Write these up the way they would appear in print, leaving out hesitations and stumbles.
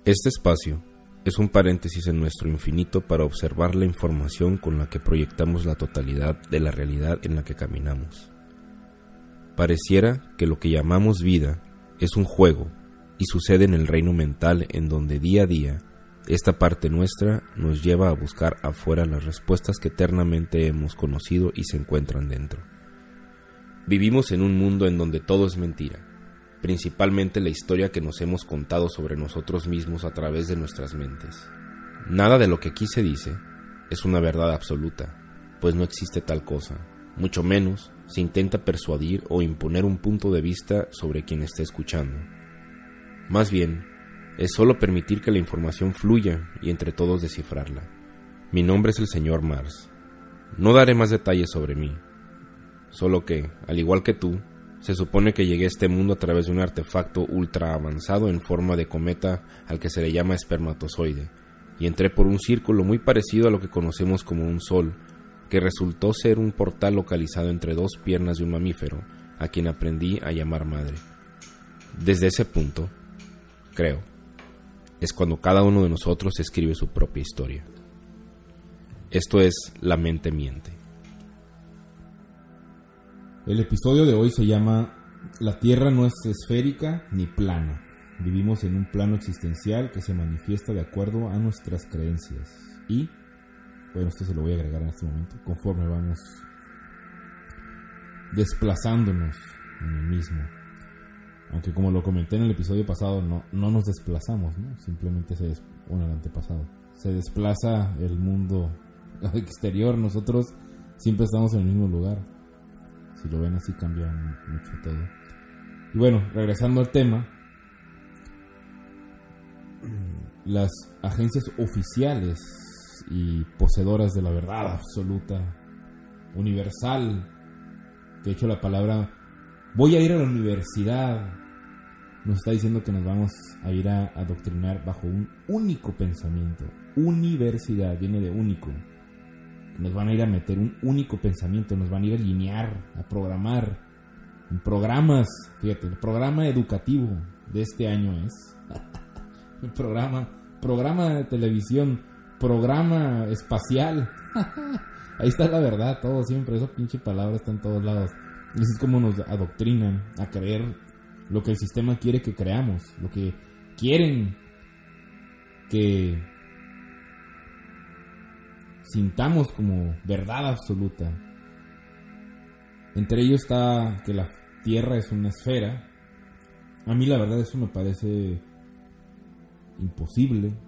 Este espacio es un paréntesis en nuestro infinito para observar la información con la que proyectamos la totalidad de la realidad en la que caminamos. Pareciera que lo que llamamos vida es un juego y sucede en el reino mental, en donde día a día esta parte nuestra nos lleva a buscar afuera las respuestas que eternamente hemos conocido y se encuentran dentro. Vivimos en un mundo en donde todo es mentira, principalmente la historia que nos hemos contado sobre nosotros mismos a través de nuestras mentes. Nada de lo que aquí se dice es una verdad absoluta, pues no existe tal cosa, mucho menos se intenta persuadir o imponer un punto de vista sobre quien esté escuchando. Más bien, es solo permitir que la información fluya y entre todos descifrarla. Mi nombre es el Señor Mars. No daré más detalles sobre mí, solo que, al igual que tú, se supone que llegué a este mundo a través de un artefacto ultra avanzado en forma de cometa al que se le llama espermatozoide, y entré por un círculo muy parecido a lo que conocemos como un sol, que resultó ser un portal localizado entre dos piernas de un mamífero, a quien aprendí a llamar madre. Desde ese punto, creo, es cuando cada uno de nosotros escribe su propia historia. Esto es La Mente Miente. El episodio de hoy se llama La Tierra no es esférica ni plana. Vivimos en un plano existencial que se manifiesta de acuerdo a nuestras creencias. Y, bueno, esto se lo voy a agregar en este momento, conforme vamos desplazándonos en el mismo. Aunque como lo comenté en el episodio pasado, no nos desplazamos, ¿no? Simplemente el antepasado. Se desplaza el mundo exterior, nosotros siempre estamos en el mismo lugar. Si lo ven así cambia mucho todo. Y bueno, regresando al tema, las agencias oficiales y poseedoras de la verdad absoluta, universal, de hecho la palabra voy a ir a la universidad nos está diciendo que nos vamos a ir a adoctrinar bajo un único pensamiento. Universidad viene de único. Nos van a ir a meter un único pensamiento, nos van a ir a alinear, a programar en programas. Fíjate, el programa educativo de este año es el programa de televisión, programa espacial. Ahí está la verdad, todo siempre, esa pinche palabra está en todos lados. Así es como nos adoctrinan a creer lo que el sistema quiere que creamos, lo que quieren que sintamos como verdad absoluta. Entre ellos está que la Tierra es una esfera. A mí la verdad eso me parece imposible.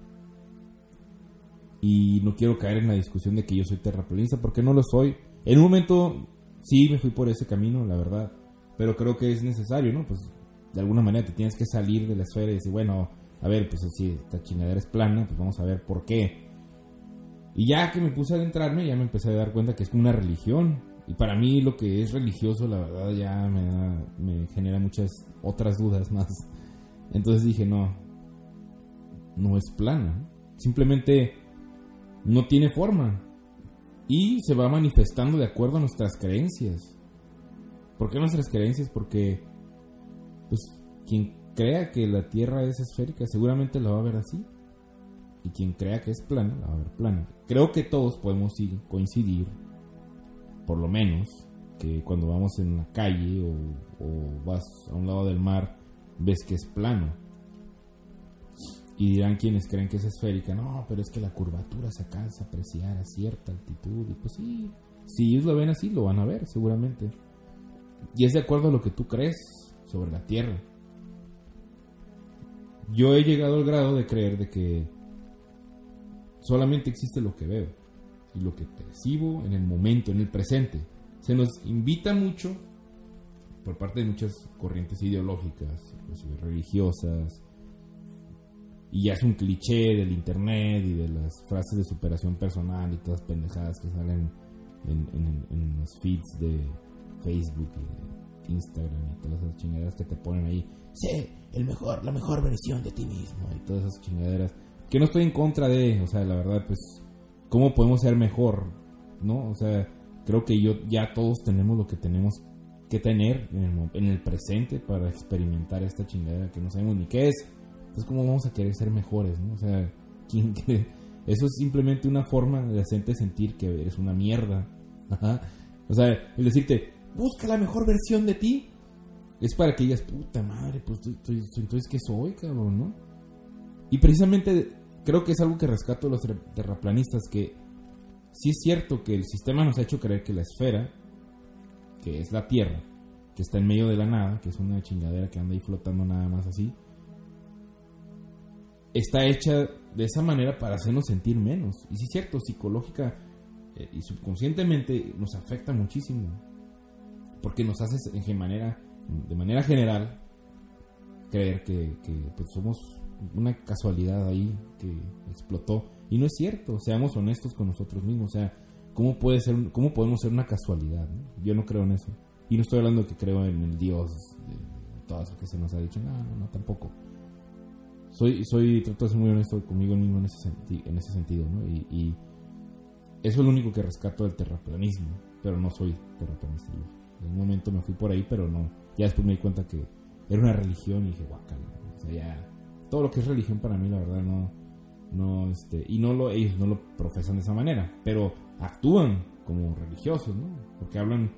Y no quiero caer en la discusión de que yo soy terraplanista, porque no lo soy. En un momento sí me fui por ese camino, la verdad. Pero creo que es necesario, ¿no? Pues de alguna manera te tienes que salir de la esfera y decir, bueno, a ver, pues si esta chingadera es plana, pues vamos a ver por qué. Y ya que me puse a adentrarme, ya me empecé a dar cuenta que es como una religión. Y para mí lo que es religioso, la verdad, ya me genera muchas otras dudas más. Entonces dije, no es plana. Simplemente no tiene forma. Y se va manifestando de acuerdo a nuestras creencias. ¿Por qué nuestras creencias? Porque pues quien crea que la Tierra es esférica seguramente la va a ver así. Y quien crea que es plana, la va a ver plana. Creo que todos podemos coincidir, por lo menos, que cuando vamos en la calle o vas a un lado del mar, ves que es plano. Y dirán quienes creen que es esférica, no, pero es que la curvatura se alcanza a apreciar a cierta altitud. Y pues sí, si ellos lo ven así, lo van a ver seguramente. Y es de acuerdo a lo que tú crees sobre la Tierra. Yo he llegado al grado de creer de que solamente existe lo que veo y lo que percibo en el momento, en el presente. Se nos invita mucho por parte de muchas corrientes ideológicas, inclusive religiosas, y ya es un cliché del internet y de las frases de superación personal y todas las pendejadas que salen en los feeds de Facebook y de Instagram y todas esas chingaderas que te ponen ahí. Sé la mejor versión de ti mismo y todas esas chingaderas. Que no estoy en contra de, o sea, la verdad, pues, ¿cómo podemos ser mejor? ¿No? O sea, creo que ya todos tenemos lo que tenemos que tener en el presente para experimentar esta chingadera que no sabemos ni qué es, Entonces, ¿cómo vamos a querer ser mejores, no? O sea, ¿quién cree? Eso es simplemente una forma de hacerte sentir que eres una mierda. Ajá. O sea, el decirte, busca la mejor versión de ti, es para que digas, puta madre, pues entonces ¿qué soy, cabrón, no? Y precisamente creo que es algo que rescato de los terraplanistas, que sí es cierto que el sistema nos ha hecho creer que la esfera, que es la Tierra, que está en medio de la nada, que es una chingadera que anda ahí flotando nada más así, está hecha de esa manera para hacernos sentir menos. Y sí es cierto, psicológica y subconscientemente nos afecta muchísimo, porque nos hace de manera general creer que pues somos una casualidad ahí que explotó. Y no es cierto, seamos honestos con nosotros mismos. O sea, ¿cómo podemos ser una casualidad, ¿no? Yo no creo en eso. Y no estoy hablando de que creo en el Dios de todo eso que se nos ha dicho. No, tampoco. Trato de ser muy honesto conmigo mismo en ese sentido, ¿no? Y eso es lo único que rescato del terraplanismo. Pero no soy terraplanista. En un momento me fui por ahí, pero no. Ya después me di cuenta que era una religión y dije, guácala. O sea, ya todo lo que es religión para mí, la verdad, y ellos no lo profesan de esa manera, pero actúan como religiosos, ¿no? Porque hablan,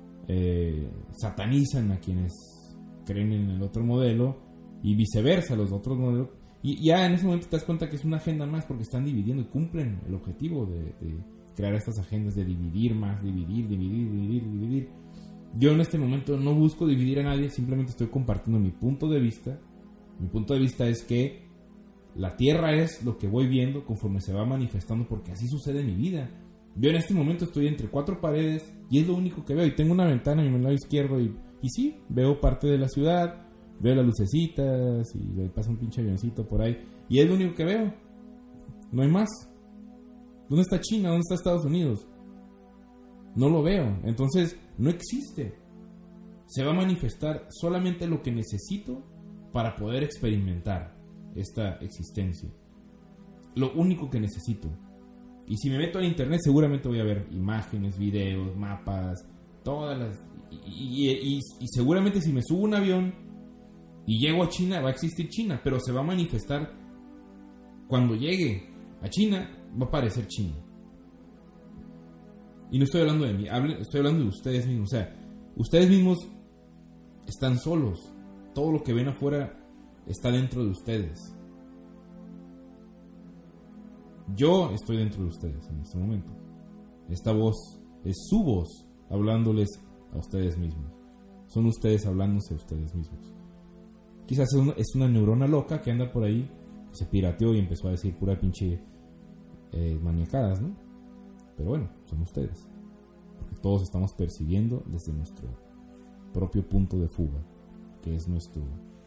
satanizan a quienes creen en el otro modelo y viceversa, los otros modelos. Y ya en ese momento te das cuenta que es una agenda más, porque están dividiendo y cumplen el objetivo de crear estas agendas de dividir más, dividir. Yo en este momento no busco dividir a nadie, simplemente estoy compartiendo mi punto de vista. Mi punto de vista es que la Tierra es lo que voy viendo conforme se va manifestando, porque así sucede en mi vida. Yo en este momento estoy entre 4 paredes y es lo único que veo. Y tengo una ventana en mi lado izquierdo y sí, veo parte de la ciudad, veo las lucecitas y le pasa un pinche avioncito por ahí. Y es lo único que veo. No hay más. ¿Dónde está China? ¿Dónde está Estados Unidos? No lo veo. Entonces, no existe. Se va a manifestar solamente lo que necesito para poder experimentar esta existencia. Lo único que necesito. Y si me meto a internet, seguramente voy a ver imágenes, videos, mapas, todas las... Y seguramente si me subo a un avión y llego a China, va a existir China, pero se va a manifestar cuando llegue a China, va a aparecer China. Y no estoy hablando de mí, estoy hablando de ustedes mismos. O sea, ustedes mismos están solos. Todo lo que ven afuera está dentro de ustedes. Yo estoy dentro de ustedes en este momento. Esta voz es su voz hablándoles a ustedes mismos. Son ustedes hablándose a ustedes mismos. Quizás es una neurona loca que anda por ahí, se pirateó y empezó a decir pura pinche maniacadas, ¿no? Pero bueno, son ustedes. Porque todos estamos percibiendo desde nuestro propio punto de fuga, que es nuestro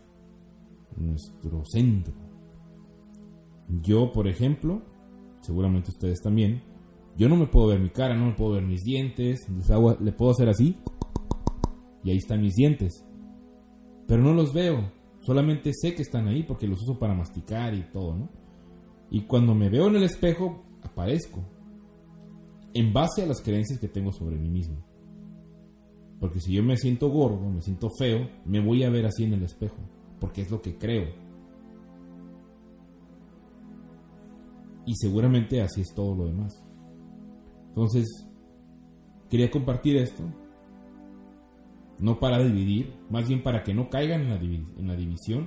centro. Yo, por ejemplo, seguramente ustedes también, yo no me puedo ver mi cara, no me puedo ver mis dientes, le puedo hacer así y ahí están mis dientes, pero no los veo, solamente sé que están ahí porque los uso para masticar y todo, ¿no? Y cuando me veo en el espejo, aparezco en base a las creencias que tengo sobre mí mismo. Porque si yo me siento gordo, me siento feo, me voy a ver así en el espejo, porque es lo que creo. Y seguramente así es todo lo demás. Entonces, quería compartir esto, no para dividir, más bien para que no caigan en la división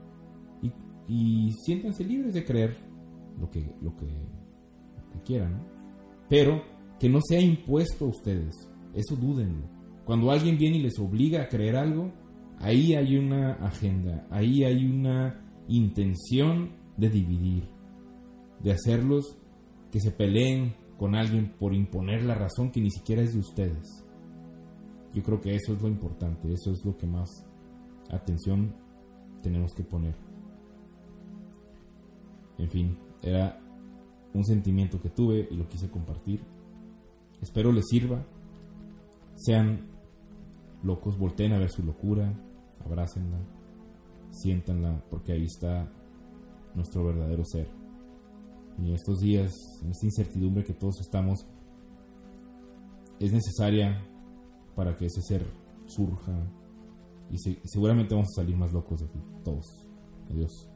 y siéntanse libres de creer lo que quieran, ¿no? Pero que no sea impuesto a ustedes, eso dúdenlo. Cuando alguien viene y les obliga a creer algo, ahí hay una agenda, ahí hay una intención de dividir, de hacerlos que se peleen con alguien por imponer la razón que ni siquiera es de ustedes. Yo creo que eso es lo importante, eso es lo que más atención tenemos que poner. En fin, era un sentimiento que tuve y lo quise compartir. Espero les sirva. Sean locos, volteen a ver su locura, abrácenla, siéntanla, porque ahí está nuestro verdadero ser. Y en estos días, en esta incertidumbre que todos estamos, es necesaria para que ese ser surja y seguramente vamos a salir más locos de aquí, todos. Adiós.